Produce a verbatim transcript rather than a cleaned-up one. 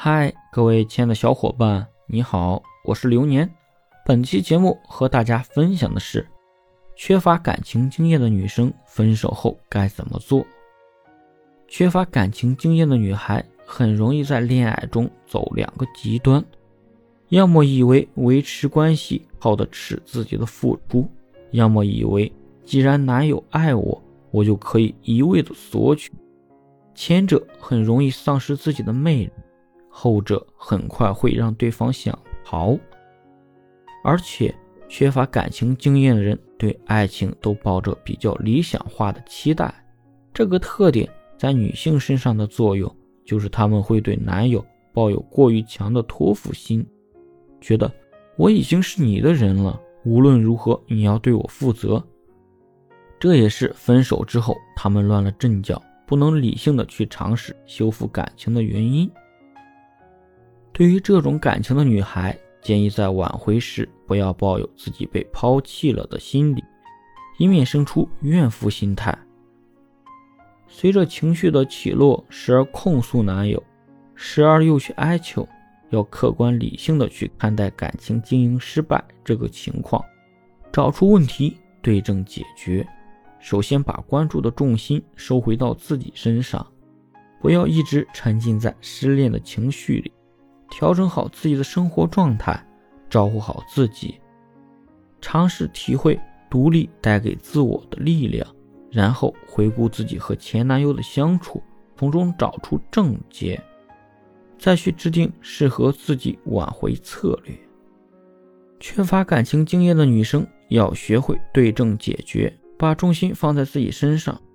嗨，各位亲爱的小伙伴，你好，我是流年。本期节目和大家分享的是，缺乏感情经验的女生分手后该怎么做？缺乏感情经验的女孩很容易在恋爱中走两个极端，要么以为维持关系靠的是自己的付出，要么以为既然男友爱我，我就可以一味的索取。前者很容易丧失自己的魅力，后者很快会让对方想逃。而且缺乏感情经验的人对爱情都抱着比较理想化的期待，这个特点在女性身上的作用就是她们会对男友抱有过于强的托付心，觉得我已经是你的人了，无论如何你要对我负责。这也是分手之后他们乱了阵脚，不能理性的去尝试修复感情的原因。对于这种感情的女孩，建议在挽回时不要抱有自己被抛弃了的心理，以免生出怨妇心态。随着情绪的起落，时而控诉男友，时而又去哀求，要客观理性的去看待感情经营失败这个情况，找出问题，对症解决。首先把关注的重心收回到自己身上，不要一直沉浸在失恋的情绪里，调整好自己的生活状态，照顾好自己，尝试体会独立带给自我的力量，然后回顾自己和前男友的相处，从中找出症结，再去制定适合自己挽回策略。缺乏感情经验的女生要学会对症解决，把重心放在自己身上，